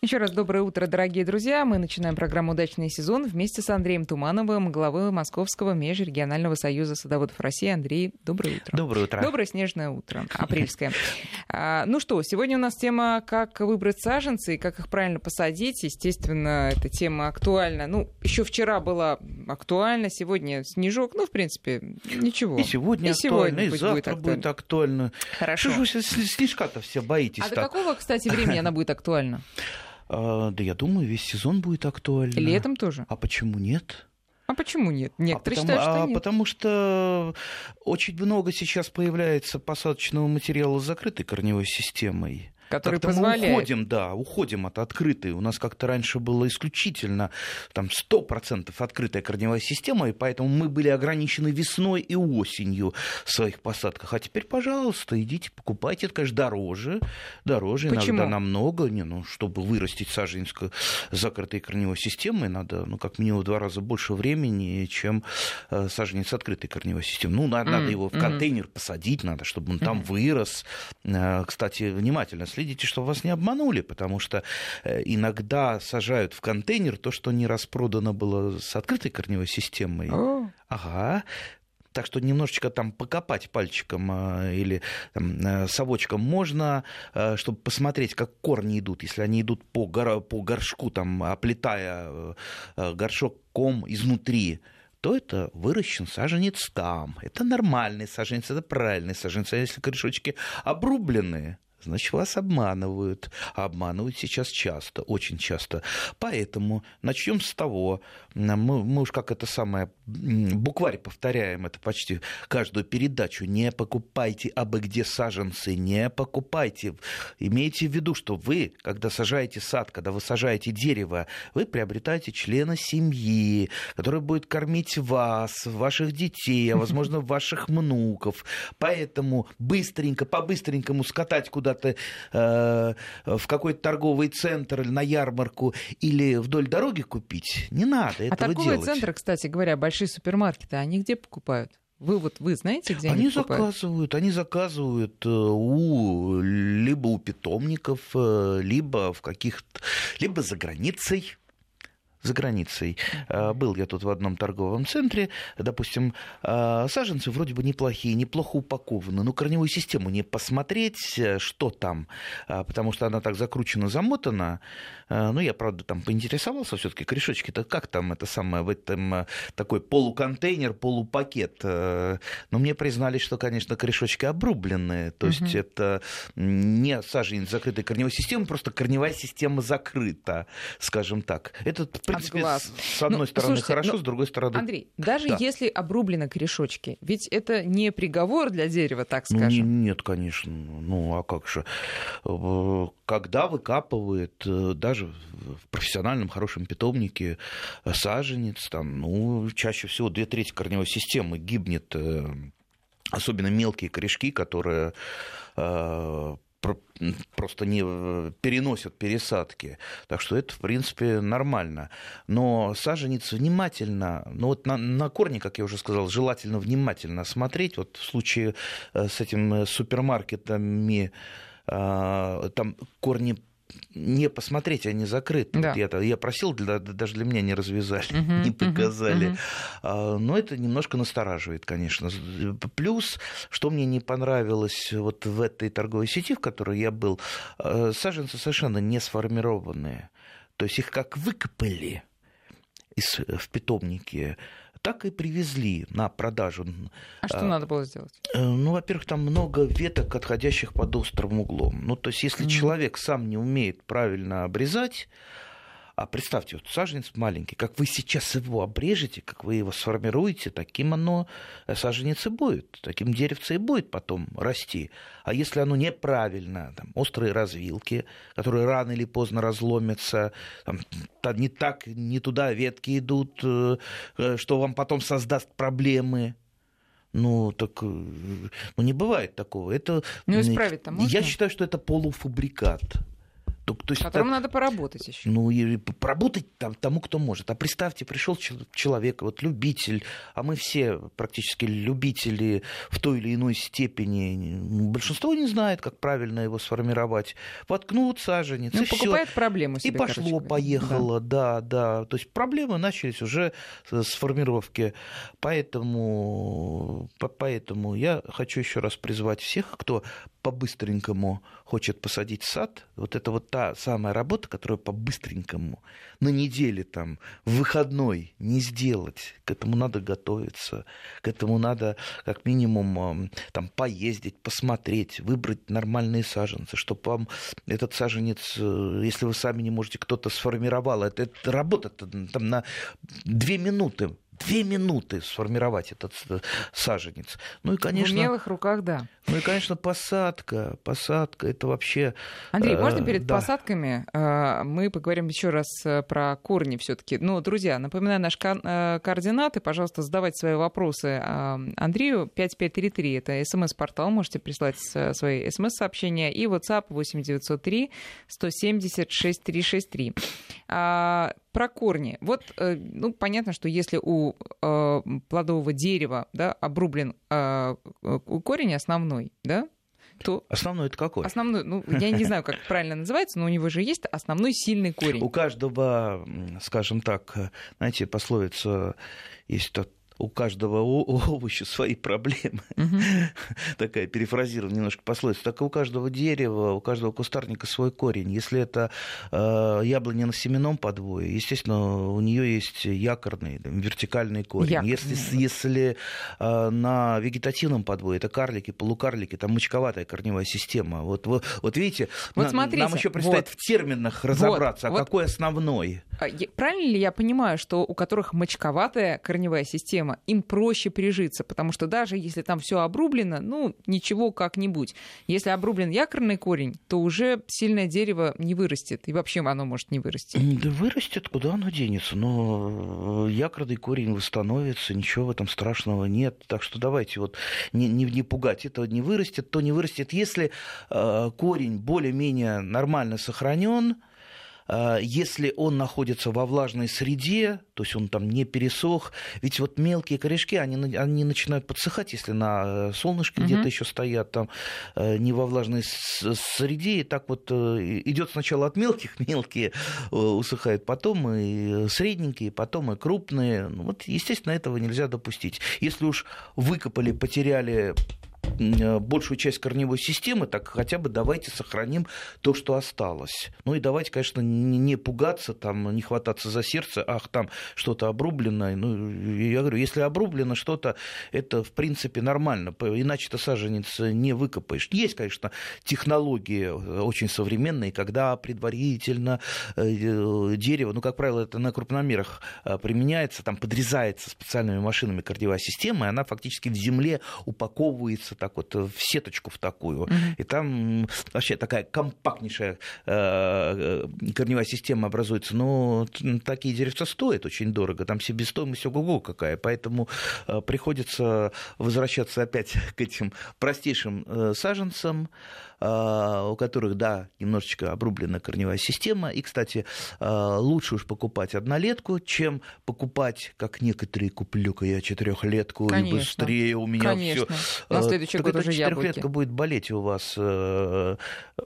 Еще раз доброе утро, дорогие друзья. Мы начинаем программу «Удачный сезон» вместе с Андреем Тумановым, главой Московского межрегионального союза садоводов России. Андрей, доброе утро. Доброе утро. Доброе снежное утро, апрельское. Ну что, сегодня у нас тема «Как выбрать саженцы и как их правильно посадить». Естественно, эта тема актуальна. Ну, еще вчера была актуальна, сегодня снежок. Ну, в принципе, ничего. И сегодня актуально, и завтра будет актуально. Хорошо. Что же вы снежка-то все боитесь? А до какого, кстати, времени она будет актуальна? Да я думаю, весь сезон будет актуально. Летом тоже? А почему нет? А почему нет? Некоторые считают, что нет. Потому что очень много сейчас появляется посадочного материала с закрытой корневой системой. Который как-то позволяет. Мы уходим от открытой. У нас как-то раньше было исключительно 100% открытая корневая система, и поэтому мы были ограничены весной и осенью в своих посадках. А теперь, пожалуйста, идите, покупайте. Это, конечно, дороже Почему? иногда намного. Чтобы вырастить саженец с закрытой корневой системой, надо как минимум в 2 раза больше времени, чем саженец с открытой корневой системой. Надо его в контейнер посадить, надо, чтобы он там вырос. Кстати, внимательно следите, чтобы вас не обманули, потому что иногда сажают в контейнер то, что не распродано было с открытой корневой системой. Ага. Так что немножечко там покопать пальчиком или совочком можно, чтобы посмотреть, как корни идут. Если они идут по горшку, оплетая горшок ком изнутри, то это выращен саженец там. Это нормальный саженец, это правильный саженец. А если корешочки обрубленные, значит, вас обманывают. А обманывают сейчас часто, очень часто. Поэтому начнем с того, мы уж букварь повторяем это почти каждую передачу. Не покупайте абы где саженцы, не покупайте. Имейте в виду, что вы, когда сажаете сад, когда вы сажаете дерево, вы приобретаете члена семьи, который будет кормить вас, ваших детей, а возможно, ваших внуков. Поэтому по-быстренькому скатать куда-то в какой-то торговый центр или на ярмарку или вдоль дороги купить не надо этого делать. А торговые центры, кстаты говоря, большие супермаркеты, они где покупают? Вы знаете, где они покупают? Они заказывают либо у питомников, либо либо за границей. Был я тут в одном торговом центре, допустим, саженцы вроде бы неплохие, неплохо упакованы, но корневую систему не посмотреть, что там, потому что она так закручена, замотана. Я, правда, поинтересовался все-таки, корешочки-то как там в этом такой полуконтейнер, полупакет. Но мне признали, что, конечно, корешочки обрубленные, то есть это не саженец закрытой корневой системы, просто корневая система закрыта, скажем так. Это, в принципе, с одной стороны хорошо, с другой стороны... Андрей, даже если обрублены корешочки, ведь это не приговор для дерева, так скажем? Нет, конечно. А как же? Когда выкапывает, даже в профессиональном хорошем питомнике саженец, чаще всего 2/3 корневой системы гибнет, особенно мелкие корешки, которые просто не переносят пересадки. Так что это, в принципе, нормально. Но саженец внимательно, на корни, как я уже сказал, желательно внимательно смотреть. Вот в случае с этими супермаркетами там корни не посмотреть, они закрыты. Да. Я просил, даже для меня не развязали, не показали. Но это немножко настораживает, конечно. Плюс, что мне не понравилось в этой торговой сети, в которой я был, саженцы совершенно не сформированные. То есть их как выкопали в питомнике, так и привезли на продажу. А что надо было сделать? Во-первых, там много веток, отходящих под острым углом. То есть, если человек сам не умеет правильно обрезать, а представьте, саженец маленький, как вы сейчас его обрежете, как вы его сформируете, таким саженец и будет, таким деревце и будет потом расти. А если оно неправильно, острые развилки, которые рано или поздно разломятся, не туда ветки идут, что вам потом создаст проблемы. Не бывает такого. Исправить-то можно? Я считаю, что это полуфабрикат. есть, которым надо поработать еще. Ну, и поработать тому, кто может. А представьте, пришел человек, вот любитель, а мы все практически любители в той или иной степени. Большинство не знает, как правильно его сформировать. Воткнут саженец, и покупает всё. проблему себе, и пошло-поехало, да. То есть проблемы начались уже с формировки. Поэтому я хочу еще раз призвать всех, кто по-быстренькому хочет посадить сад. Вот это вот та самая работа, которую по-быстренькому на неделе, там, в выходной не сделать. К этому надо готовиться. К этому надо как минимум там, поездить, посмотреть, выбрать нормальные саженцы, чтобы вам этот саженец, если вы сами не можете, кто-то сформировал. Это работа там на 2 минуты. 2 минуты сформировать этот саженец. Ну и, конечно, в умелых руках, да. Ну и, конечно, посадка это вообще... Андрей, можно перед посадками мы поговорим еще раз про корни все-таки? Ну, друзья, напоминаю наши координаты. Пожалуйста, задавайте свои вопросы Андрею. 5533 — это СМС-портал. Можете прислать свои СМС-сообщения. И WhatsApp 8903 170 6363. Про корни. Вот, ну, понятно, что если у плодового дерева, да, обрублен корень основной, да, то... Основной это какой? Основной, ну, я не знаю, как правильно называется, но у него же есть основной сильный корень. У каждого, скажем так, знаете, пословица есть у каждого овоща свои проблемы. Такая перефразирована немножко пословица. Так и у каждого дерева, у каждого кустарника свой корень. Если это яблоня на семенном подвое, естественно, у нее есть якорный, вертикальный корень. Если на вегетативном подвое, это карлики, полукарлики, там мочковатая корневая система. Вот видите, нам еще предстоит в терминах разобраться, какой основной. Правильно ли я понимаю, что у которых мочковатая корневая система, им проще прижиться, потому что даже если там все обрублено, ну, ничего как-нибудь. Если обрублен якорный корень, то уже сильное дерево не вырастет, и вообще оно может не вырасти. Да вырастет, куда оно денется, но якорный корень восстановится, ничего в этом страшного нет, так что давайте вот не пугать, это не вырастет, то не вырастет. Если корень более-менее нормально сохранен, если он находится во влажной среде, то есть он там не пересох, ведь вот мелкие корешки, они начинают подсыхать, если на солнышке где-то еще стоят, там не во влажной среде, и так вот идет сначала от мелкие усыхают, потом и средненькие, потом и крупные. Вот, естественно, этого нельзя допустить. Если уж выкопали, потеряли большую часть корневой системы, так хотя бы давайте сохраним то, что осталось. Ну и давайте, конечно, не пугаться, там, не хвататься за сердце, ах, там что-то обрублено. Ну, я говорю, если обрублено что-то, это, в принципе, нормально, иначе-то саженец не выкопаешь. Есть, конечно, технологии очень современные, когда предварительно дерево, ну, как правило, это на крупномерах применяется, там подрезается специальными машинами корневая система, и она фактически в земле упаковывается так вот в сеточку в такую. И там вообще такая компактнейшая корневая система образуется. Но такие деревца стоят очень дорого. Там себестоимость ого-го какая. Поэтому приходится возвращаться опять к этим простейшим саженцам, у которых, да, немножечко обрублена корневая система. И, кстати, лучше уж покупать однолетку, чем покупать, как некоторые, куплю-ка я 4-летку, и быстрее у меня все. На следующий год уже яблоки. 4-летка будет болеть у вас 2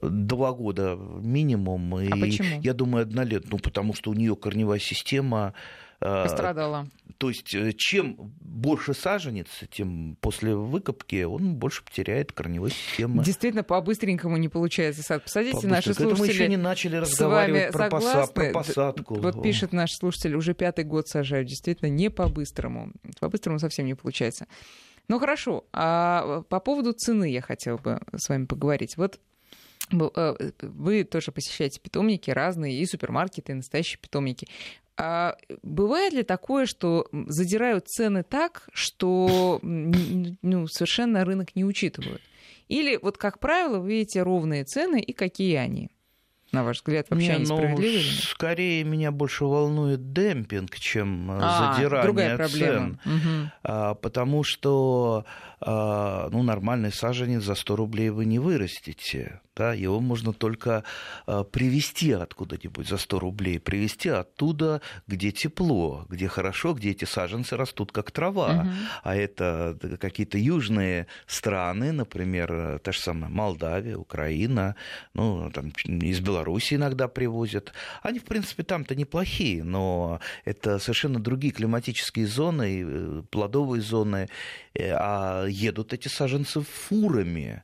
года минимум. А почему? Я думаю, однолетку, потому что у нее корневая система пострадала. То есть, чем больше саженец, тем после выкопки он больше потеряет корневой системы. Действительно, по-быстренькому не получается сад посадить. Наши слушатели мы еще не начали разговаривать про посадку. Вот пишет наш слушатель, уже 5-й год сажают. Действительно, не по-быстрому. По-быстрому совсем не получается. Ну, хорошо. А по поводу цены я хотела бы с вами поговорить. Вот вы тоже посещаете питомники разные, и супермаркеты, и настоящие питомники. А бывает ли такое, что задирают цены так, что совершенно рынок не учитывают? Или, вот как правило, вы видите ровные цены, и какие они? на ваш взгляд, вообще несправедливо? Скорее меня больше волнует демпинг, чем задирание цен. Потому что нормальный саженец за 100 рублей вы не вырастите. Да? Его можно только привезти откуда-нибудь за 100 рублей, привезти оттуда, где тепло, где хорошо, где эти саженцы растут как трава. А это какие-то южные страны, например, та же самая Молдавия, Украина, там из Беларуси иногда привозят. Они, в принципе, там-то неплохие, но это совершенно другие климатические зоны, плодовые зоны, а едут эти саженцы фурами.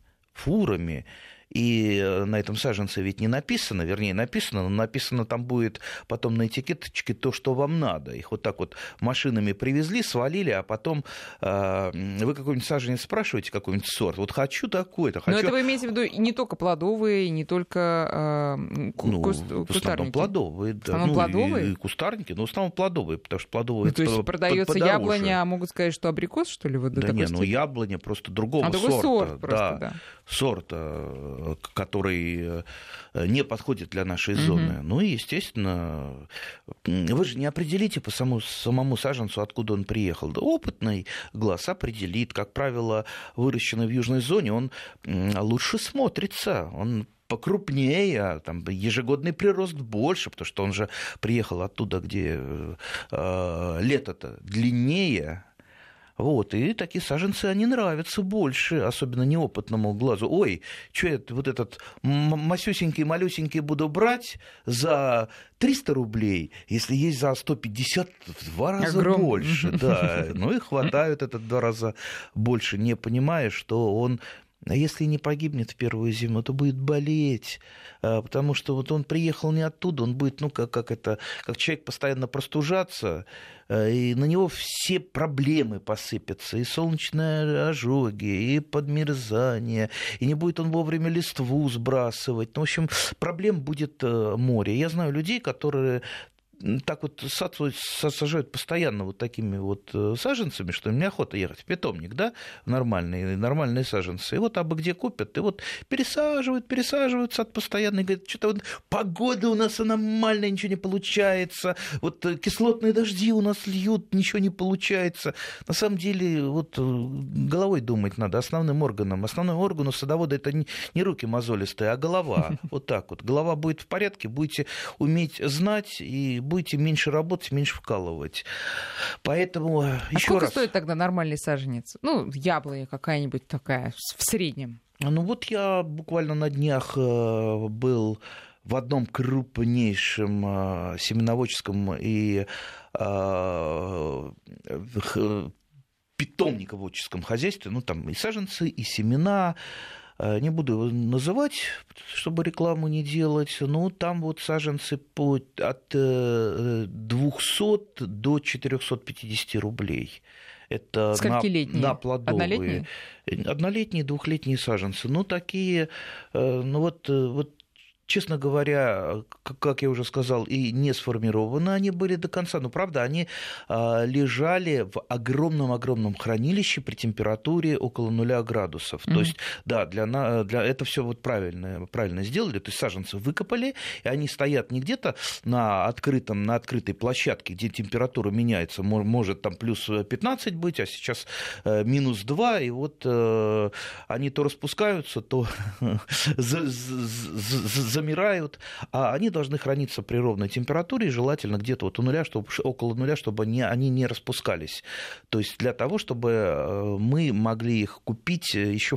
И на этом саженце ведь не написано, вернее, написано, но написано там будет потом на этикеточке то, что вам надо. Их вот так вот машинами привезли, свалили, а потом вы какой-нибудь саженец спрашиваете, какой-нибудь сорт, вот хочу такой-то. Но это вы имеете в виду не только плодовые, не только кустарники? В основном плодовые, да. В основном плодовые? И кустарники, но в основном плодовые, потому что плодовые... то есть продается яблоня, а могут сказать, что абрикос, что ли? Вот да нет, яблоня просто другого сорта. Сорт просто, да. Сорта, который не подходит для нашей зоны. Ну и, естественно, вы же не определите по самому саженцу, откуда он приехал. Да, опытный глаз определит. Как правило, выращенный в южной зоне, он лучше смотрится, он покрупнее, там ежегодный прирост больше, потому что он же приехал оттуда, где лето-то длиннее. Вот, и такие саженцы, они нравятся больше, особенно неопытному глазу. Ой, что я вот этот масюсенький-малюсенький буду брать за 300 рублей, если есть за 150, в 2 раза больше. Да. Ну и хватают это в 2 раза больше, не понимая, что он... А если не погибнет в первую зиму, то будет болеть, потому что вот он приехал не оттуда, он будет, как человек постоянно простужаться, и на него все проблемы посыпятся, и солнечные ожоги, и подмерзание, и не будет он вовремя листву сбрасывать. Ну, в общем, проблем будет море. Я знаю людей, которые... так вот сажают постоянно вот такими вот саженцами, что им неохота ехать в питомник, да, нормальные саженцы. И вот абы где купят, и вот пересаживают сад постоянно, и говорят, что-то вот погода у нас аномальная, ничего не получается, вот кислотные дожди у нас льют, ничего не получается. На самом деле, вот головой думать надо, основным органом. Основной орган у садовода это не руки мозолистые, а голова. Вот так вот. Голова будет в порядке, будете уметь знать и будете меньше работать, меньше вкалывать. Поэтому еще раз... Сколько стоит тогда нормальный саженец? Яблоня какая-нибудь такая в среднем. Вот я буквально на днях был в одном крупнейшем семеноводческом и питомниководческом хозяйстве. Там и саженцы, и семена. Не буду его называть, чтобы рекламу не делать, но там вот саженцы от 200 до 450 рублей. Это на плодовые. Однолетние? Однолетние, двухлетние саженцы. Такие, честно говоря, как я уже сказал, и не сформированы они были до конца. Но, правда, они лежали в огромном-огромном хранилище при температуре около 0 градусов. То есть, да, для это все вот правильно сделали. То есть саженцы выкопали, и они стоят не где-то на открытой площадке, где температура меняется. Может там плюс 15 быть, а сейчас минус 2. И вот они то распускаются, то замирают, а они должны храниться при ровной температуре, желательно где-то вот около нуля, чтобы они не распускались. То есть для того, чтобы мы могли их купить еще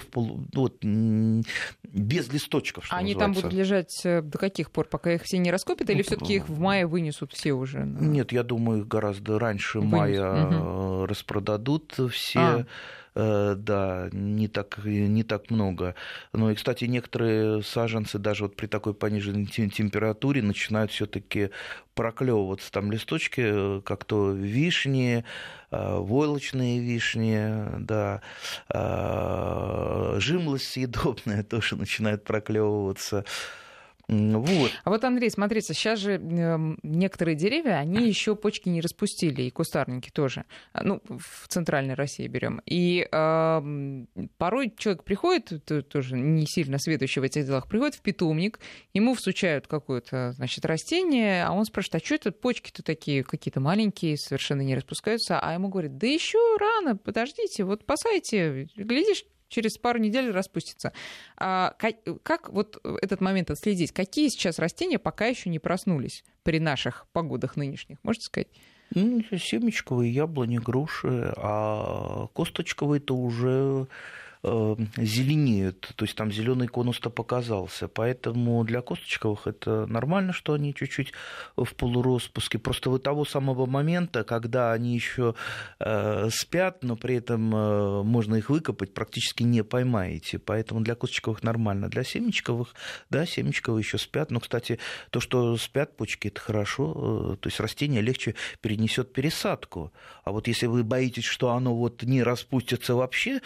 без листочков, что они называется. Там будут лежать до каких пор, пока их все не раскопят, или все-таки их в мае вынесут все уже? Нет, я думаю, их гораздо раньше мая распродадут все. Да, не так много. Но и, кстати, некоторые саженцы даже вот при такой пониженной температуре начинают все-таки проклевываться. Там листочки, как то вишни, войлочные вишни, да, жимолость съедобная тоже начинает проклевываться. Вот. А вот, Андрей, смотрите, сейчас же некоторые деревья, они еще почки не распустили, и кустарники тоже. Ну, в центральной России берем. И порой человек приходит, тоже не сильно сведущий в этих делах, приходит в питомник, ему всучают какое-то, значит, растение, а он спрашивает, а что это почки-то такие какие-то маленькие, совершенно не распускаются? А ему говорят, да еще рано, подождите, вот посадите, глядишь, через пару недель распустится. Как вот этот момент отследить? Какие сейчас растения пока еще не проснулись при наших погодах нынешних? Можете сказать? Ну, семечковые, яблони, груши, а косточковые-то уже зеленеют, то есть там зеленый конус-то показался, поэтому для косточковых это нормально, что они чуть-чуть в полураспуске, просто вот того самого момента, когда они еще спят, но при этом можно их выкопать, практически не поймаете, поэтому для косточковых нормально, для семечковых, да, семечковые еще спят, но, кстати, то, что спят почки, это хорошо, то есть растение легче перенесет пересадку, а вот если вы боитесь, что оно вот не распустится вообще,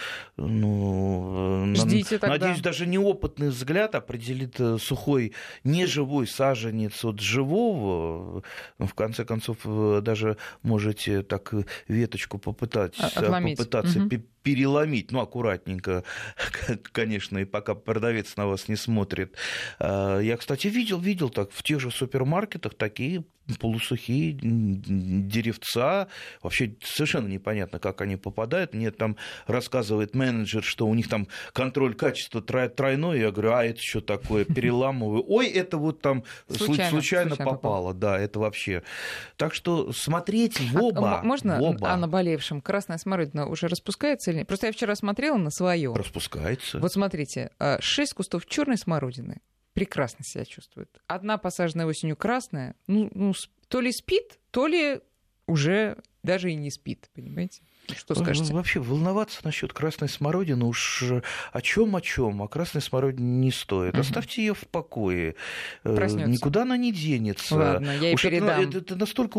ждите тогда. Надеюсь, даже неопытный взгляд определит сухой, неживой саженец от живого. В конце концов, даже можете так веточку попытаться переломить, аккуратненько, конечно, и пока продавец на вас не смотрит. Я, кстати, видел так в тех же супермаркетах такие полусухие деревца. Вообще совершенно непонятно, как они попадают. Мне там рассказывает менеджер, что у них там контроль качества тройной. Я говорю, это что такое? Переламываю. Ой, это вот там случайно попало. Да, это вообще. Так что смотреть в оба. Можно о наболевшем? Красная смородина уже распускается или нет? Просто я вчера смотрела на свое. Распускается. Вот смотрите, 6 кустов черной смородины. Прекрасно себя чувствует. Одна посаженная осенью красная, то ли спит, то ли уже даже и не спит, понимаете? Что скажете? Вообще волноваться насчет красной смородины уж о чем, а красной смородине не стоит. Оставьте ее в покое. Проснётся. Никуда она не денется. Ладно, я ей передам. Это настолько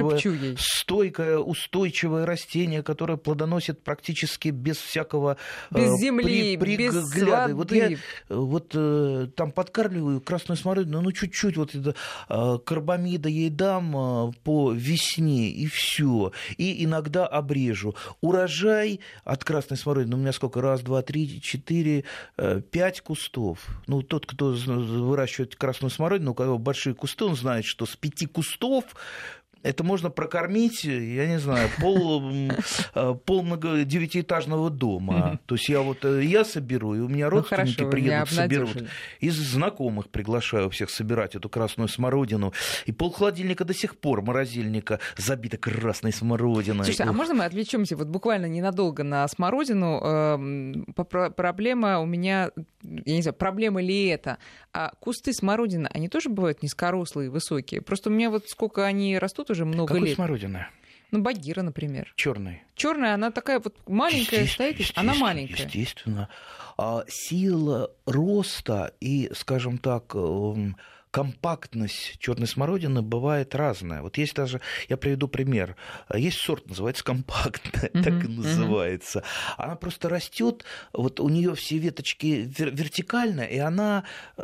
устойчивое растение, которое плодоносит практически без всякого без земли, без воды. Вот я там подкармливаю красную смородину, чуть-чуть карбамида ей дам по весне, и все. И иногда обрежу. Урожай от красной смородины, у меня сколько? 1, 2, 3, 4, 5 кустов. Тот, кто выращивает красную смородину, у кого большие кусты, он знает, что с 5 кустов это можно прокормить, я не знаю, пол 9-этажного дома. То есть я соберу, и у меня родственники приедут, соберут. Из знакомых приглашаю всех собирать эту красную смородину. И полхолодильника до сих пор, морозильника, забито красной смородиной. Слушайте, а можно мы отвлечемся буквально ненадолго на смородину? Проблема у меня, я не знаю, проблема ли это? А кусты смородины, они тоже бывают низкорослые, высокие? Просто у меня сколько они растут уже много лет. Какой смородина? Багира, например. Черная, она такая маленькая стоит, она маленькая. Естественно. Сила роста и, скажем так, компактность черной смородины бывает разная. Вот есть даже, я приведу пример, есть сорт, называется компактная, так и называется. Она просто растет, у нее все веточки вертикально, и она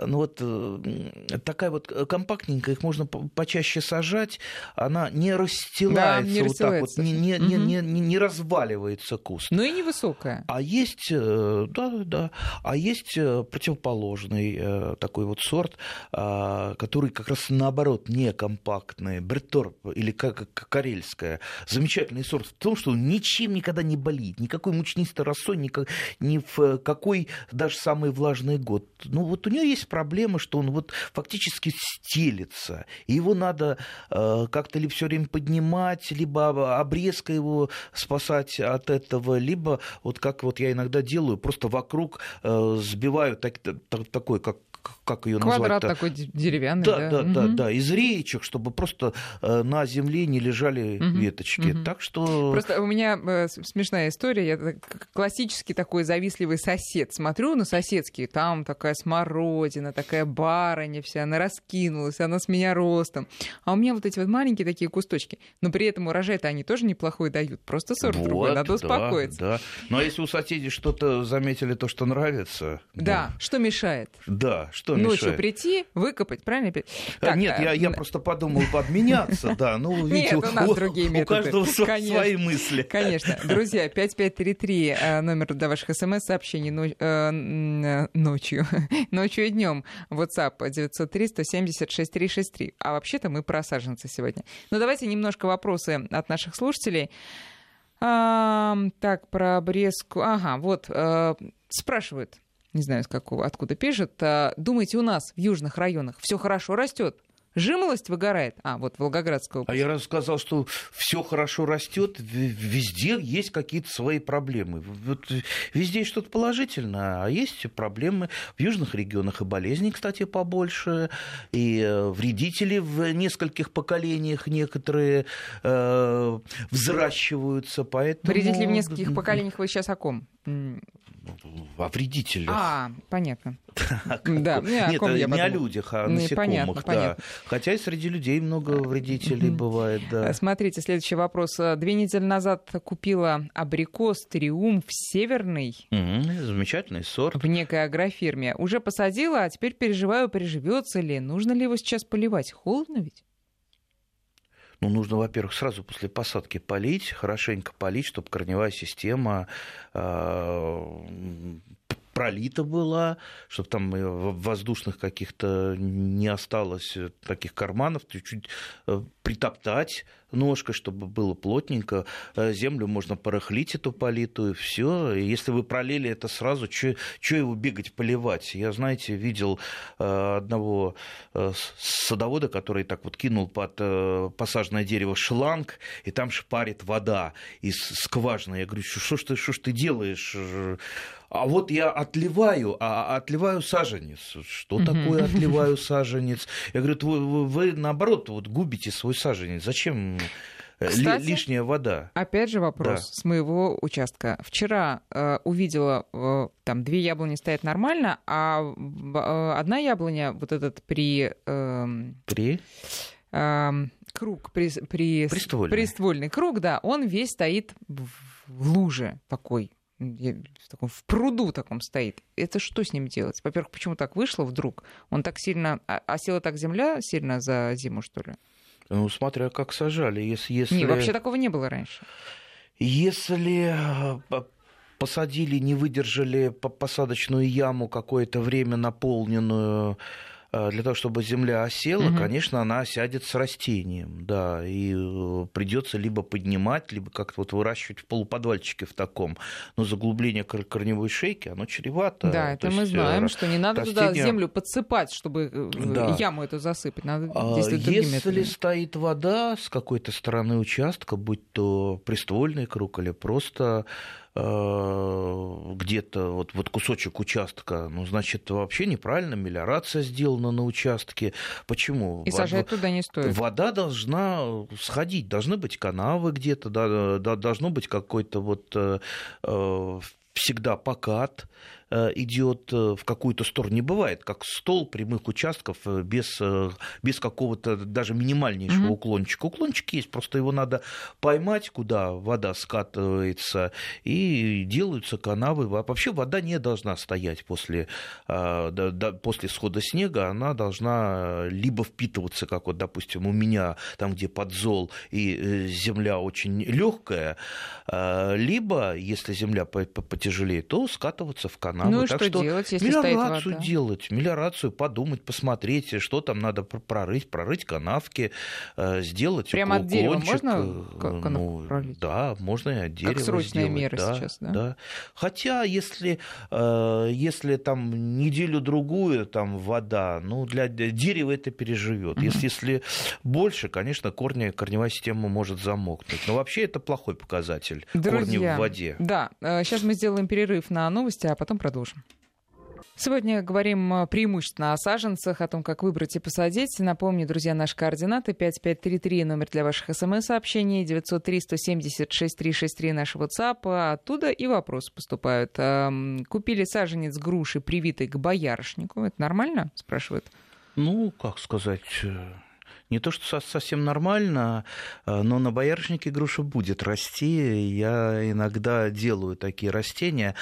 такая компактненькая, их можно почаще сажать, она не расстилается, не разваливается куст. Но и невысокая. А есть, есть противоположный такой сорт, который как раз наоборот не компактный, Бретторп или как карельская. Замечательный сорт в том, что он ничем никогда не болит, никакой мучнистой росой, ни в какой даже самый влажный год. У него есть проблема, что он фактически стелется, и его надо как-то ли все время поднимать, либо обрезкой его спасать от этого, либо как я иногда делаю, просто вокруг сбиваю такой, как ее назвать? Квадрат такой деревянный. Да, из реечек, чтобы просто на земле не лежали веточки. Так что... Просто у меня смешная история. Я классический такой завистливый сосед. Смотрю на соседские, там такая смородина, такая барыня вся, она раскинулась, она с меня ростом. А у меня эти маленькие такие кусточки. Но при этом урожай-то они тоже неплохой дают. Просто сорт другой, надо успокоиться. Да. Но если у соседей что-то заметили, то, что нравится... Да, что мешает? Да, что ночью мешает? прийти, выкопать, правильно? Нет, я просто подумал обменяться, да. Ну, видите, у нас другие методы. У каждого свои мысли. Конечно. Друзья, 5533 номер для ваших смс-сообщений ночью. Ночью и днем. WhatsApp 903-170-6363. А вообще-то мы про саженцы сегодня. Но давайте немножко вопросы от наших слушателей. Так, про обрезку. Ага, вот, спрашивают, не знаю, откуда пишет. Думаете, у нас в южных районах все хорошо растет? Жимолость выгорает? Вот Волгоградская область. А я сказал, что все хорошо растет, везде есть какие-то свои проблемы. Вот везде есть что-то положительное, а есть проблемы в южных регионах и болезней, кстати, побольше, и вредители в нескольких поколениях некоторые взращиваются, поэтому... Вредители в нескольких поколениях, вы сейчас о ком? О вредителях. Понятно. Да. Нет, не о людях, а о насекомых. Понятно. Хотя и среди людей много вредителей бывает. Да. Смотрите, следующий вопрос. 2 недели назад купила абрикос «Триумф северный». Замечательный сорт. В некой агрофирме. Уже посадила, а теперь переживаю, приживется ли. Нужно ли его сейчас поливать? Холодно ведь? Нужно, во-первых, сразу после посадки полить, хорошенько полить, чтобы корневая система пролита была, чтобы там воздушных каких-то не осталось таких карманов, чуть-чуть притоптать ножкой, чтобы было плотненько. Землю можно порыхлить эту политую, все. И если вы пролили это сразу, что его бегать поливать? Я, знаете, видел одного садовода, который так вот кинул под посаженное дерево шланг, и там шпарит вода из скважины. Я говорю, что ж ты делаешь? А вот я отливаю саженец. Что такое отливаю саженец? Я говорю, вы наоборот вот губите свой саженец. Зачем лишняя вода? Опять же вопрос с моего участка. Вчера увидела, там 2 яблони стоят нормально, а одна яблоня, вот этот приствольный круг, да, он весь стоит в луже такой. В пруду таком стоит. Это что с ним делать? Во-первых, почему так вышло вдруг? Он так сильно... Осела так земля сильно за зиму, что ли? Смотря как сажали. Если... Не, вообще такого не было раньше. Если посадили, не выдержали посадочную яму какое-то время наполненную, для того, чтобы земля осела, конечно, она осядет с растением, да, и придется либо поднимать, либо как-то вот выращивать в полуподвальчике в таком. Но заглубление корневой шейки, оно чревато. Да, это мы знаем, что не надо туда землю подсыпать, чтобы яму эту засыпать. Надо если стоит вода с какой-то стороны участка, будь то приствольный круг или просто где-то вот кусочек участка, значит, вообще неправильно мелиорация сделана на участке. Почему? И сажать туда не стоит. Вода должна сходить, должны быть канавы где-то, должно быть какой-то всегда покат идет в какую-то сторону. Не бывает, как стол прямых участков без какого-то даже минимальнейшего уклончика. Уклончик есть, просто его надо поймать, куда вода скатывается, и делаются канавы. Вообще вода не должна стоять после схода снега, она должна либо впитываться, как вот, допустим, у меня, там, где подзол и земля очень легкая, либо, если земля потяжелее, то скатываться в канавы. Ну и так что делать, если стоит вода? Мелиорацию подумать, посмотреть, что там надо прорыть канавки, сделать прямо уклончик. От дерева можно канавку пролить? Да, можно и от дерева как срочная сделать. мера сейчас, да? Да. Хотя, если там неделю-другую там вода, для дерева это переживет. Если больше, конечно, корневая система может замокнуть. Но вообще это плохой показатель. Корни в воде. Да, сейчас мы сделаем перерыв на новости, а потом продолжим. Сегодня говорим преимущественно о саженцах, о том, как выбрать и посадить. Напомню, друзья, наши координаты 5533, номер для ваших смс-сообщений, 903-170-6363, наш WhatsApp. Оттуда и вопросы поступают. Купили саженец груши, привитый к боярышнику. Это нормально, спрашивают? Как сказать... Не то, что совсем нормально, но на боярышнике груша будет расти. Я иногда делаю такие растения.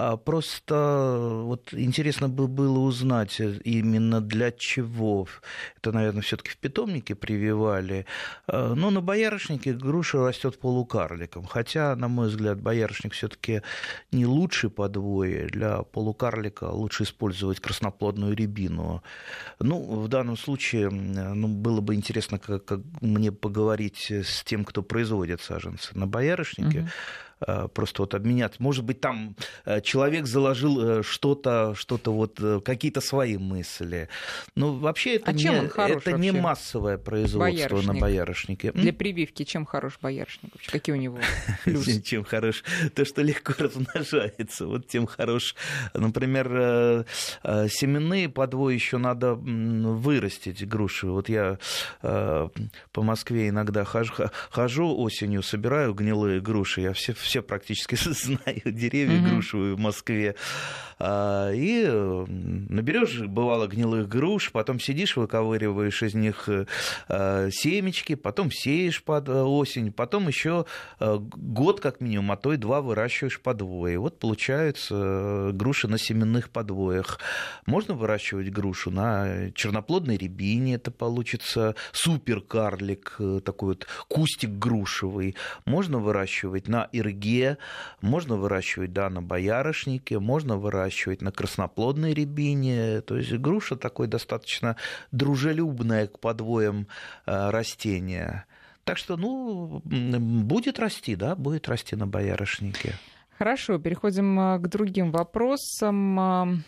Просто вот интересно бы было узнать именно для чего. Это, наверное, все-таки в питомнике прививали. Но на боярышнике груша растет полукарликом. Хотя, на мой взгляд, боярышник все-таки не лучший подвой. Для полукарлика лучше использовать красноплодную рябину. Ну, в данном случае, было бы интересно как мне поговорить с тем, кто производит саженцы на боярышнике. Просто вот обменяться. Может быть, там человек заложил что-то вот, какие-то свои мысли. Но вообще это, не массовое производство на боярышнике. Для прививки чем хорош боярышник? Какие у него плюсы? Чем хорош? То, что легко размножается. Вот тем хорош. Например, семенные подвои еще надо вырастить, груши. Вот я по Москве иногда хожу осенью, собираю гнилые груши. Я все практически знаю деревья грушевые в Москве. И наберешь, бывало, гнилых груш, потом сидишь, выковыриваешь из них семечки, потом сеешь под осень, потом еще год как минимум, а то и 2 выращиваешь подвои. Вот получаются груши на семенных подвоях. Можно выращивать грушу на черноплодной рябине, это получится суперкарлик, такой вот кустик грушевый. Можно выращивать на ирге, можно выращивать, на боярышнике, можно выращивать на красноплодной рябине. То есть груша такое достаточно дружелюбное к подвоям растение. Так что, будет расти, будет расти на боярышнике. Хорошо, переходим к другим вопросам.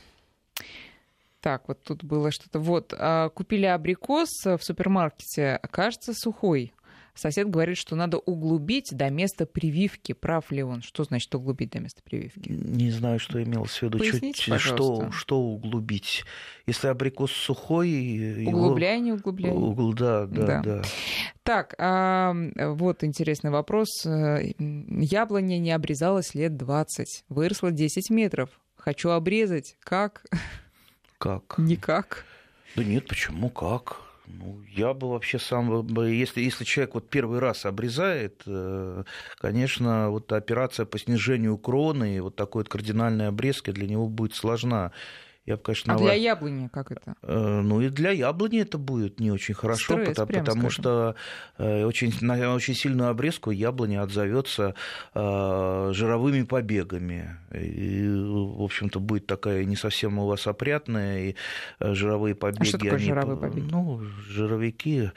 Так, вот тут было что-то. Вот, купили абрикос в супермаркете, кажется, сухой. Сосед говорит, что надо углубить до места прививки. Прав ли он? Что значит углубить до места прививки? Не знаю, что имелось в виду. Поясните, пожалуйста. Что углубить? Если абрикос сухой... Углубляй, не углубляй. Да. Так, вот интересный вопрос. Яблоня не обрезалась лет 20. Выросла 10 метров. Хочу обрезать. Как? Как? Никак. Да нет, почему? Как? Я бы вообще сам, если человек вот первый раз обрезает, конечно, вот операция по снижению кроны и вот такой вот кардинальной обрезки для него будет сложна. Я бы, конечно, для яблони как это? И для яблони это будет не очень хорошо, Стресс, потому что на очень сильную обрезку яблоня отзовется жировыми побегами. И, в общем-то, будет такая не совсем у вас опрятная, и жировые побеги... А что такое жировые побеги? Жировики...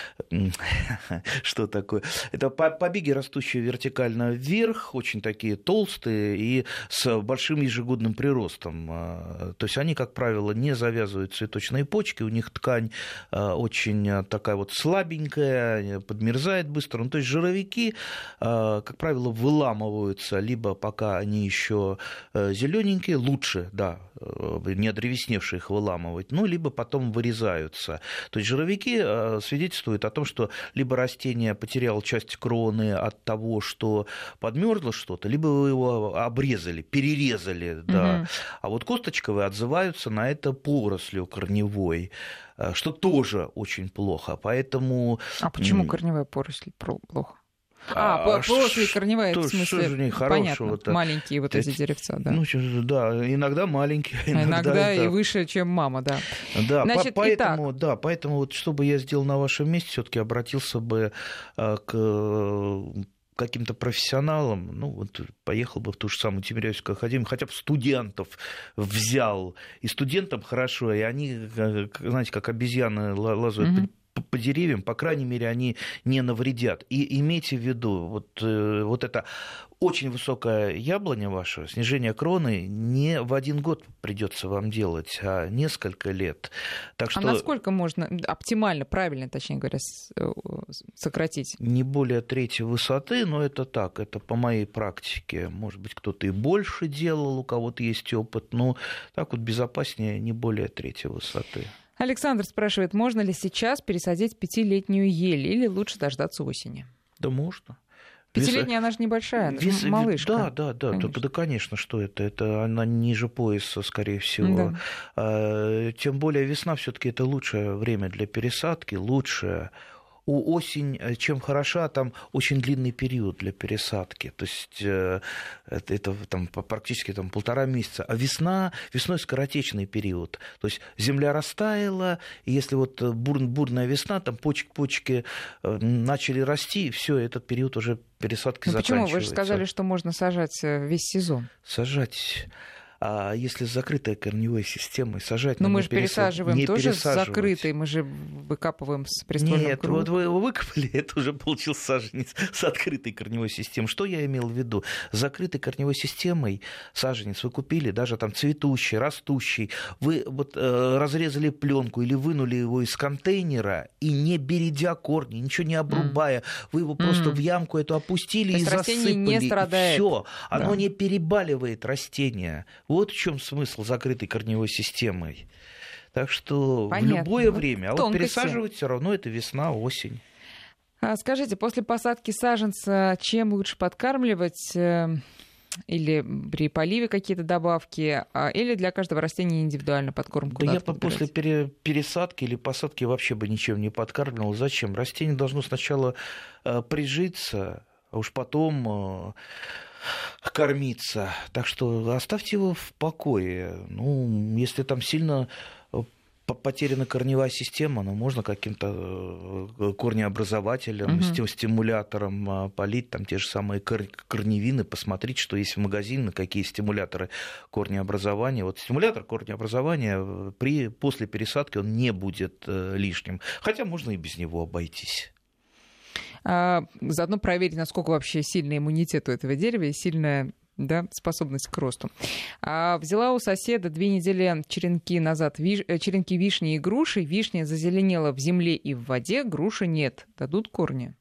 Что такое? Это побеги, растущие вертикально вверх, очень такие толстые и с большим ежегодным приростом. То есть они, как правило, не завязывают цветочные почки, у них ткань очень такая вот слабенькая, подмерзает быстро. То есть жировики, как правило, выламываются, либо пока они еще зелененькие, лучше, не одревесневшие их выламывать, либо потом вырезаются. То есть жировики свидетельствуют о том, что либо растение потеряло часть кроны от того, что подмерзло что-то, либо вы его обрезали, перерезали, А вот косточковые отзываются на это порослью корневой, что тоже очень плохо. Поэтому... А почему корневая поросль плохо? Поросль корневая, в смысле, понятно, маленькие вот эти деревца, да. Иногда маленькие. Иногда и выше, чем мама, да. Значит, поэтому вот что бы я сделал на вашем месте, все-таки обратился бы к каким-то профессионалам, поехал бы в ту же самую Тимирязевскую академию, хотя бы студентов взял. И студентам хорошо, и они, знаете, как обезьяны лазают по деревьям, по крайней мере, они не навредят. И имейте в виду, вот это очень высокая яблоня ваша, снижение кроны не в один год придется вам делать, а несколько лет. Так что... А насколько можно оптимально, правильно, точнее говоря, сократить? Не более трети высоты, но это так, это по моей практике. Может быть, кто-то и больше делал, у кого-то есть опыт, но так вот безопаснее не более трети высоты. Александр спрашивает, можно ли сейчас пересадить 5-летнюю ель или лучше дождаться осени? Да можно. Пятилетняя, она же небольшая, она же малышка. Да, конечно, что это она ниже пояса, скорее всего. Да. Тем более весна все-таки это лучшее время для пересадки, лучшее. Осень, чем хороша, там очень длинный период для пересадки. То есть это там, практически там, 1,5 месяца. А весной скоротечный период. То есть земля растаяла, и если вот бурная весна, там почки начали расти, все, этот период уже пересадки заканчивается. Почему? Вы же сказали, что можно сажать весь сезон. Сажать... А если с закрытой корневой системой сажать... Но мы же пересаживаем тоже с закрытой, мы же выкапываем с приствольным кругом. Нет, вот вы его выкопали, это уже получился саженец с открытой корневой системой. Что я имел в виду? С закрытой корневой системой саженец вы купили, даже там цветущий, растущий, вы вот разрезали пленку или вынули его из контейнера и не бередя корни, ничего не обрубая, вы его просто в ямку эту опустили и засыпали. Растение не страдает. Все, оно не перебаливает растение. Вот в чем смысл закрытой корневой системой. Так что в любое время. А вот пересаживать все равно это весна, осень. Скажите, после посадки саженца чем лучше подкармливать? Или при поливе какие-то добавки? Или для каждого растения индивидуально подкормку? Да я после пересадки или посадки вообще бы ничем не подкармливал. Зачем? Растение должно сначала прижиться, а уж потом... кормиться. Так что оставьте его в покое. Ну, если там сильно потеряна корневая система, ну, можно каким-то корнеобразователем, стимулятором полить, там те же самые корневины, посмотреть, что есть в магазине, какие стимуляторы корнеобразования. Вот стимулятор корнеобразования после пересадки он не будет лишним. Хотя можно и без него обойтись. Заодно проверить, насколько вообще сильный иммунитет у этого дерева и сильная способность к росту. Взяла у соседа 2 недели черенки назад черенки вишни и груши. Вишня зазеленела в земле и в воде, груши нет. Дадут корни?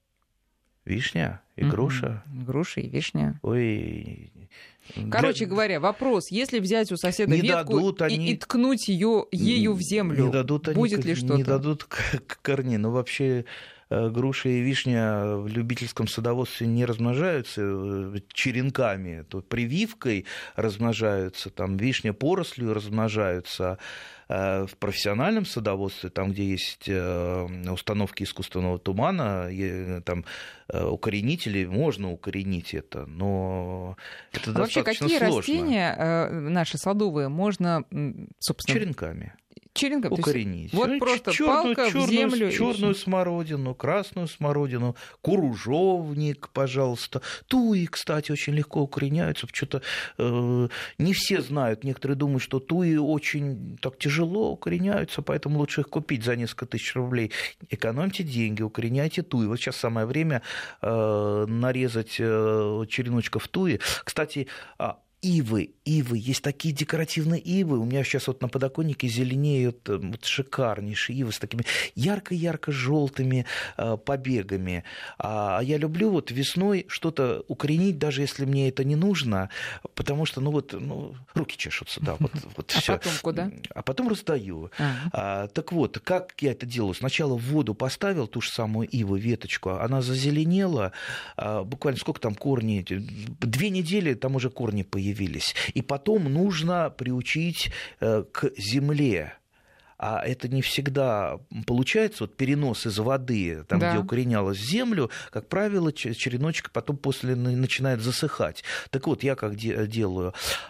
Вишня и груша? Груша и вишня. Ой... Короче говоря, вопрос, если взять у соседа ветку и ткнуть ею в землю, будет ли что-то? Не дадут корней. Но вообще... груши и вишня в любительском садоводстве не размножаются черенками, то прививкой размножаются, там вишня порослью размножаются. В профессиональном садоводстве, там, где есть установки искусственного тумана, там укоренители, можно укоренить это, но это достаточно сложно. Вообще, какие растения наши садовые можно, собственно... Черенками. Укоренить. Вот просто палка в землю. Черную смородину, красную смородину, куружовник, пожалуйста. Туи, кстати, очень легко укореняются. Что-то не все знают. Некоторые думают, что туи очень так тяжело укореняются, поэтому лучше их купить за несколько тысяч рублей. Экономьте деньги, укореняйте туи. Вот сейчас самое время нарезать череночков туи. Кстати, ивы, есть такие декоративные ивы. У меня сейчас вот на подоконнике зеленеют вот шикарнейшие ивы с такими ярко-ярко-желтыми побегами. А я люблю вот весной что-то укоренить, даже если мне это не нужно, потому что, руки чешутся, да, вот а всё. Потом куда? А потом раздаю. Так вот, как я это делаю? Сначала в воду поставил ту же самую иву, веточку, она зазеленела, буквально сколько там корней, 2 недели, там уже корни появились. И потом нужно приучить к земле. А это не всегда получается, вот перенос из воды, там, где укоренялась в землю, как правило, череночек потом после начинает засыхать. Так вот, я как делаю,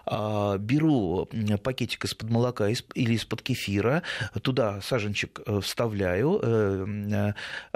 беру пакетик из-под молока или из-под кефира, туда саженчик вставляю,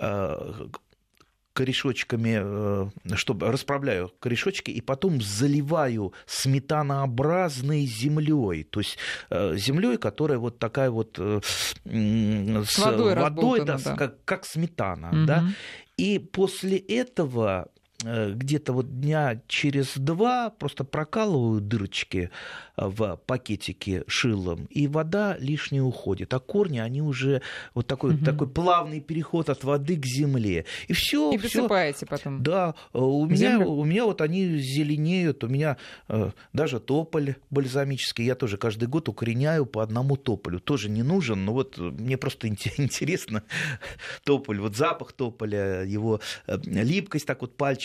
корешочками, чтобы расправляю корешочки, и потом заливаю сметанообразной землей, то есть землей, которая вот такая вот с водой да, как сметана, да. И после этого где-то вот дня через 2 просто прокалываю дырочки в пакетике шилом, и вода лишняя уходит. А корни, они уже вот такой плавный переход от воды к земле. И все. И высыпаете потом. Да, у меня вот они зеленеют, у меня даже тополь бальзамический, я тоже каждый год укореняю по одному тополю. Тоже не нужен, но вот мне просто интересно тополь, вот запах тополя, его липкость, так вот пальчик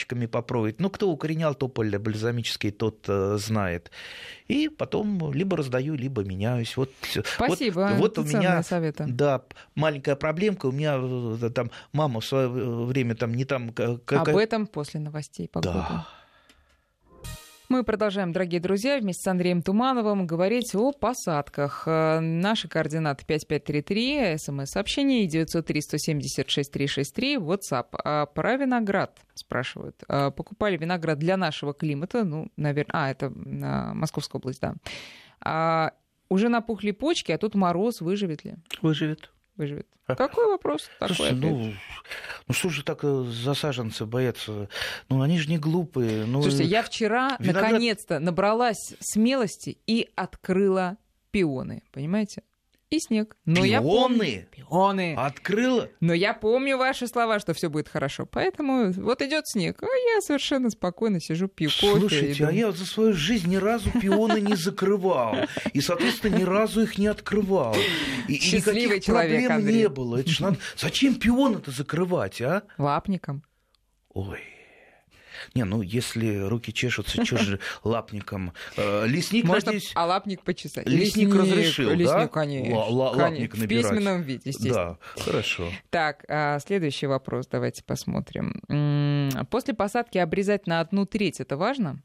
пальчиками попробовать. Ну, кто укоренял тополь бальзамический, тот знает. И потом либо раздаю, либо меняюсь. Вот, спасибо, вот у меня советы. Да, маленькая проблемка. У меня там мама в свое время там не там... Об этом после новостей погоды. Да. Мы продолжаем, дорогие друзья, вместе с Андреем Тумановым говорить о посадках. Наши координаты 5533, смс-сообщение 903-170-6363, WhatsApp. Про виноград спрашивают. Покупали виноград для нашего климата, ну, наверное... это Московская область, да. Уже напухли почки, а тут мороз, выживет ли? Выживет. Какой вопрос такой? Слушайте, ну что же так засаженцы боятся? Ну, они же не глупые. Слушайте, я вчера наконец-то набралась смелости и открыла пионы, понимаете? И снег. Но Пионы? Открыла? Но я помню ваши слова, что все будет хорошо. Поэтому вот идет снег, а я совершенно спокойно сижу, пью кофе. Слушайте, а я за свою жизнь ни разу пионы не закрывал. И, соответственно, ни разу их не открывал. И счастливый никаких человек, проблем Андрей. не было. Это ж надо... Зачем пионы-то закрывать, а? Лапником. Ой. Не, ну если руки чешутся, что же лапником? Лесник, можно, надеюсь... А лапник почесать? Лесник разрешил, лесник, да? Конечно. Лапник В набирать. письменном виде, естественно. Да, хорошо. Так, следующий вопрос давайте посмотрим. После посадки обрезать на 1/3 это важно?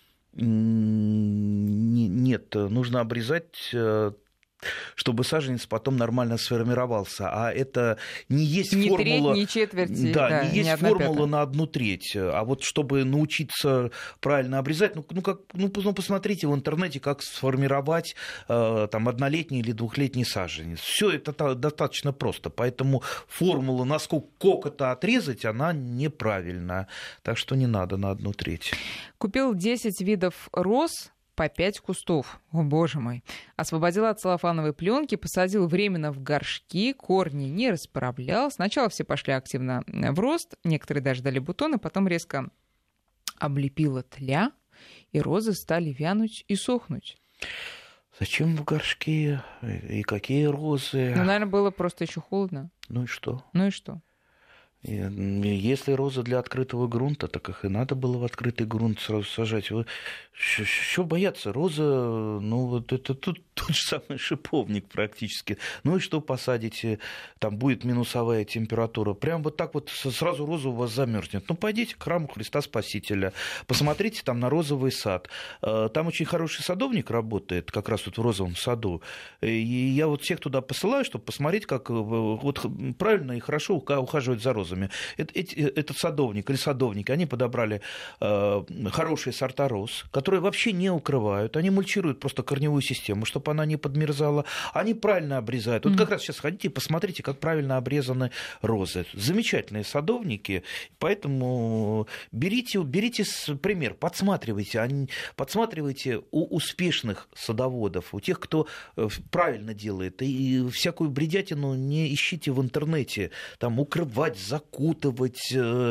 Нет, нужно обрезать... чтобы саженец потом нормально сформировался. А это не есть ни формула... Ни треть, ни четверть. Да, не есть формула 1/5. на 1/3. А вот чтобы научиться правильно обрезать, посмотрите в интернете, как сформировать там 1-летний или 2-летний саженец. Все это достаточно просто. Поэтому формула, насколько это отрезать, она неправильная. Так что не надо на 1/3. Купил 10 видов роз, по 5 кустов. О, боже мой. Освободил от целлофановой пленки, посадил временно в горшки, корни не расправлял. Сначала все пошли активно в рост, некоторые даже дали бутоны, потом резко облепила тля, и розы стали вянуть и сохнуть. Зачем в горшки? И какие розы? Ну, наверное, было просто еще холодно. Ну и что? Если розы для открытого грунта, так их и надо было в открытый грунт сразу сажать. Что бояться? Роза, ну вот это тот же самый шиповник практически. Ну и что посадите? Там будет минусовая температура. Прям вот так вот сразу роза у вас замерзнет. Ну пойдите к храму Христа Спасителя, посмотрите там на розовый сад. Там очень хороший садовник работает, как раз вот в розовом саду. И я вот всех туда посылаю, чтобы посмотреть, как вот правильно и хорошо ухаживать за розами. Этот садовник или садовники, они подобрали хорошие сорта роз, которые вообще не укрывают. Они мульчируют просто корневую систему, чтобы она не подмерзала. Они правильно обрезают. Вот как раз сейчас ходите и посмотрите, как правильно обрезаны розы. Замечательные садовники. Поэтому берите пример, подсматривайте у успешных садоводов, у тех, кто правильно делает. И всякую бредятину не ищите в интернете. Там укрывать, закутывать.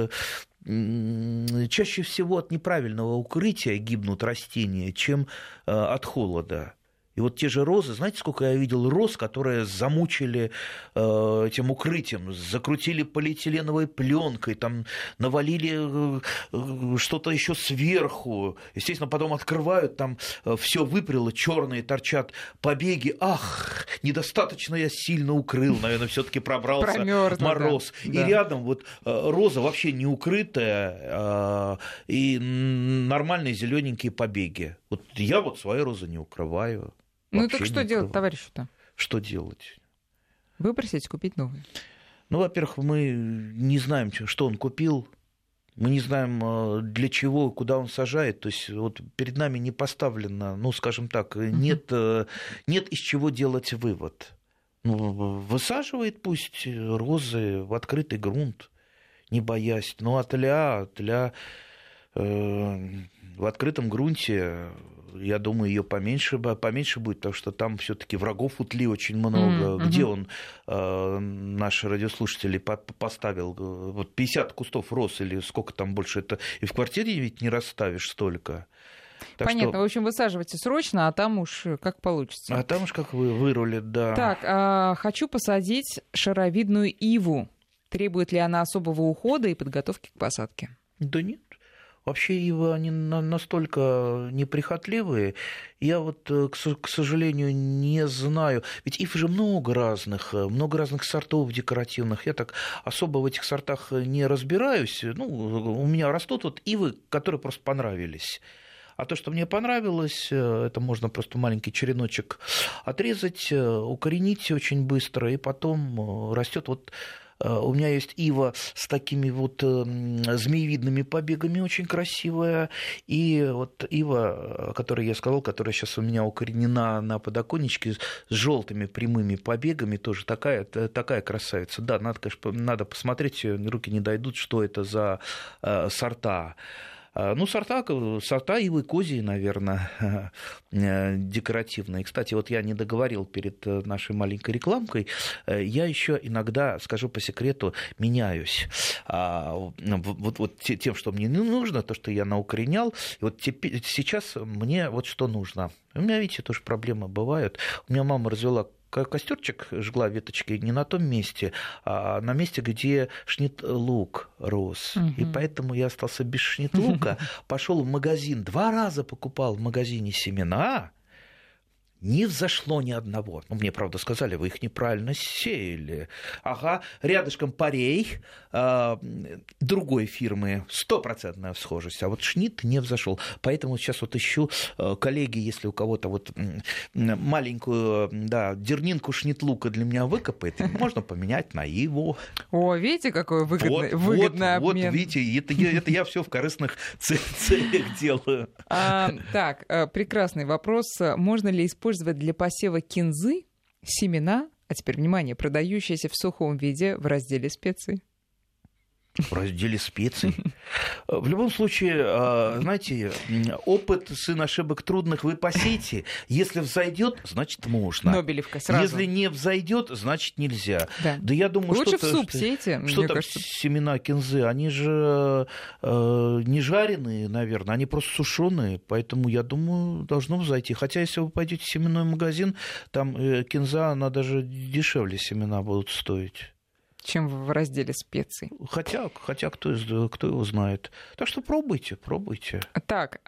Чаще всего от неправильного укрытия гибнут растения, чем от холода. И вот те же розы, знаете, сколько я видел роз, которые замучили этим укрытием, закрутили полиэтиленовой пленкой, там навалили что-то еще сверху. Естественно, потом открывают, там все выпрело, черные торчат побеги. Ах, недостаточно я сильно укрыл, наверное, все-таки пробрался мороз. Да. И рядом вот роза вообще не укрытая, и нормальные зелененькие побеги. Вот я вот свои розы не укрываю. Ну так что делать товарищу-то? Что делать? Выбросить, купить новые. Ну, во-первых, мы не знаем, что он купил. Мы не знаем, для чего, куда он сажает. То есть вот перед нами не поставлено, ну, скажем так, нет из чего делать вывод. Ну, высаживает пусть розы в открытый грунт, не боясь. Ну, а тля в открытом грунте, я думаю, ее поменьше будет, потому что там все-таки врагов у тли очень много. Где он, наши радиослушатели, поставил вот 50 кустов роз или сколько там больше, это и в квартире ведь не расставишь столько. Так понятно, в общем, высаживайте срочно, а там уж как получится. А там уж как вырулит, да. Так, хочу посадить шаровидную иву. Требует ли она особого ухода и подготовки к посадке? Да нет. Вообще ивы, они настолько неприхотливые. Я вот, к сожалению, не знаю. Ведь ив же много разных сортов декоративных. Я так особо в этих сортах не разбираюсь. Ну, у меня растут вот ивы, которые просто понравились. А то, что мне понравилось, это можно просто маленький череночек отрезать, укоренить очень быстро, и потом растет вот. У меня есть ива с такими вот змеевидными побегами, очень красивая. И вот ива, о которой я сказал, которая сейчас у меня укоренена на подоконничке с желтыми прямыми побегами, тоже такая красавица. Да, надо посмотреть, руки не дойдут, что это за сорта. Ну, сорта ивы козьи, наверное, декоративные. Кстати, вот я не договорил перед нашей маленькой рекламкой. Я еще иногда, скажу по секрету, меняюсь. Вот тем, что мне не нужно, то, что я наукоренял. И вот сейчас мне вот что нужно. У меня, видите, тоже проблемы бывают. У меня мама развела костерчик, жгла веточки не на том месте, а на месте, где шнит-лук рос. И поэтому я остался без шнит-лука, пошел в магазин, 2 раза покупал в магазине семена, не взошло ни одного. Ну, мне, правда, сказали, вы их неправильно сеяли. Ага, рядышком парей другой фирмы, 100% схожесть, а вот шнит не взошел. Поэтому сейчас вот ищу, коллеги, если у кого-то вот маленькую, дернинку шнит-лука для меня выкопает, можно поменять на иву. О, видите, какой выгодный обмен. Вот, видите, это я все в корыстных целях делаю. Так, прекрасный вопрос. Можно ли использовать для посева кинзы семена, а теперь, внимание, продающиеся в сухом виде в разделе специй? В разделе специй. В любом случае, знаете, опыт, сын ошибок трудных, вы посейте. Если взойдет, значит можно. Нобелевка сразу. Если не взойдет, значит нельзя. Да я думаю, лучше в суп сейте. Что там кажется... семена кинзы? Они же не жареные, наверное, они просто сушеные, поэтому я думаю, должно взойти. Хотя если вы пойдете в семенной магазин, там кинза, она даже дешевле семена будут стоить, чем в разделе специй. Хотя кто его знает. Так что пробуйте. Так,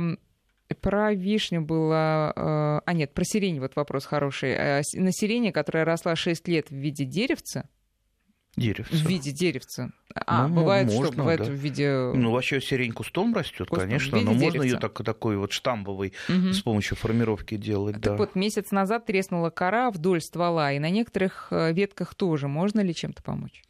про вишню было... нет, про сирень вот вопрос хороший. На сирене, которая росла 6 лет в виде деревца, Деревца. В виде деревца. Бывает, можно, что бывает в виде... Ну, вообще сирень кустом растет, конечно, но можно ее такой вот штамбовый с помощью формировки делать. Так вот, месяц назад треснула кора вдоль ствола, и на некоторых ветках тоже. Можно ли чем-то помочь?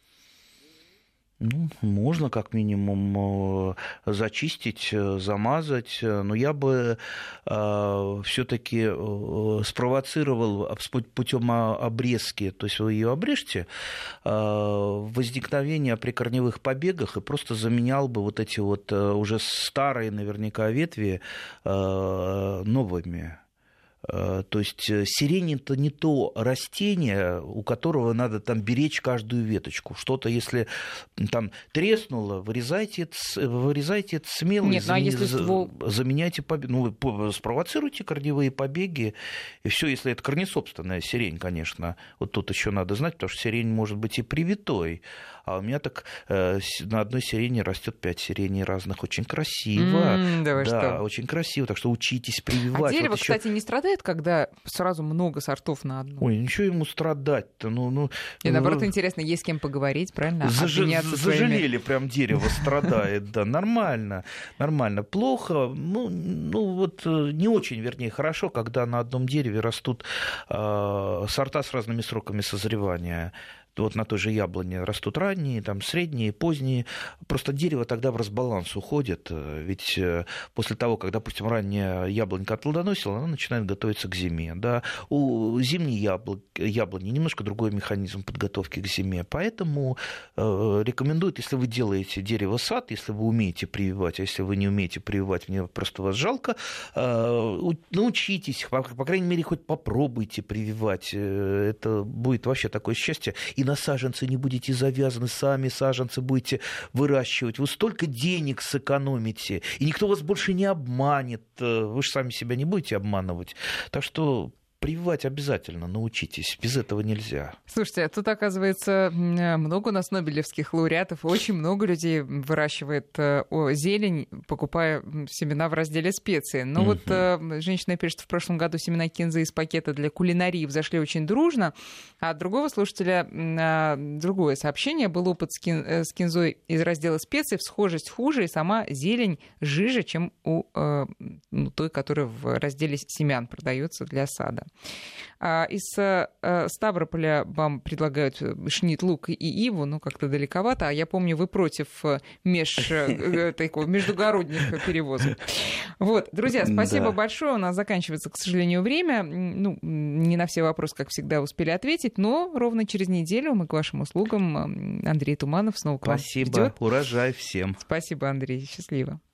Ну, можно как минимум зачистить, замазать, но я бы все-таки спровоцировал путем обрезки, то есть вы ее обрежьте, возникновение при корневых побегах и просто заменял бы вот эти вот уже старые наверняка ветви новыми. То есть сирень – это не то растение, у которого надо там беречь каждую веточку. Что-то, если там треснуло, вырезайте это смело. Нет, если ствол... заменяйте спровоцируйте корневые побеги. И все, если это корнесобственная сирень, конечно. Вот тут еще надо знать, потому что сирень может быть и привитой. А у меня так на одной сирене растет 5 сиреней разных. Очень красиво. Очень красиво. Так что учитесь прививать. А дерево, кстати, не страдает, когда сразу много сортов на одном? Ой, ничего ему страдать-то. И наоборот, интересно, есть с кем поговорить, правильно? Зажалели, прям дерево страдает, да, нормально. Плохо, не очень, вернее, хорошо, когда на одном дереве растут сорта с разными сроками созревания. Вот на той же яблоне растут ранние, там, средние, поздние. Просто дерево тогда в разбаланс уходит. Ведь после того, как, допустим, ранняя яблонька отплодоносила, она начинает готовиться к зиме. Да? У зимней яблони немножко другой механизм подготовки к зиме. Поэтому рекомендуют, если вы делаете дерево-сад, если вы умеете прививать, а если вы не умеете прививать, мне просто вас жалко, научитесь, по крайней мере, хоть попробуйте прививать. Это будет вообще такое счастье. И на саженцы не будете завязаны, сами саженцы будете выращивать. Вы столько денег сэкономите, и никто вас больше не обманет. Вы же сами себя не будете обманывать. Так что прививать обязательно научитесь. Без этого нельзя. Слушайте, тут, оказывается, много у нас нобелевских лауреатов. Очень много людей выращивает зелень, покупая семена в разделе специи. Но вот женщина пишет, в прошлом году семена кинзы из пакета для кулинарии взошли очень дружно. А от другого слушателя другое сообщение. Был опыт с кинзой из раздела специй. Схожесть хуже, и сама зелень жиже, чем у той, которая в разделе семян продается для сада. Из Ставрополя вам предлагают шнит, лук и иву, ну, как-то далековато. А я помню, вы против междугородних перевозок. Вот, друзья, спасибо большое. У нас заканчивается, к сожалению, время. Ну, не на все вопросы, как всегда, успели ответить, но ровно через неделю мы к вашим услугам. Андрей Туманов снова к вам Спасибо. ждёт. Урожай всем. Спасибо, Андрей. Счастливо.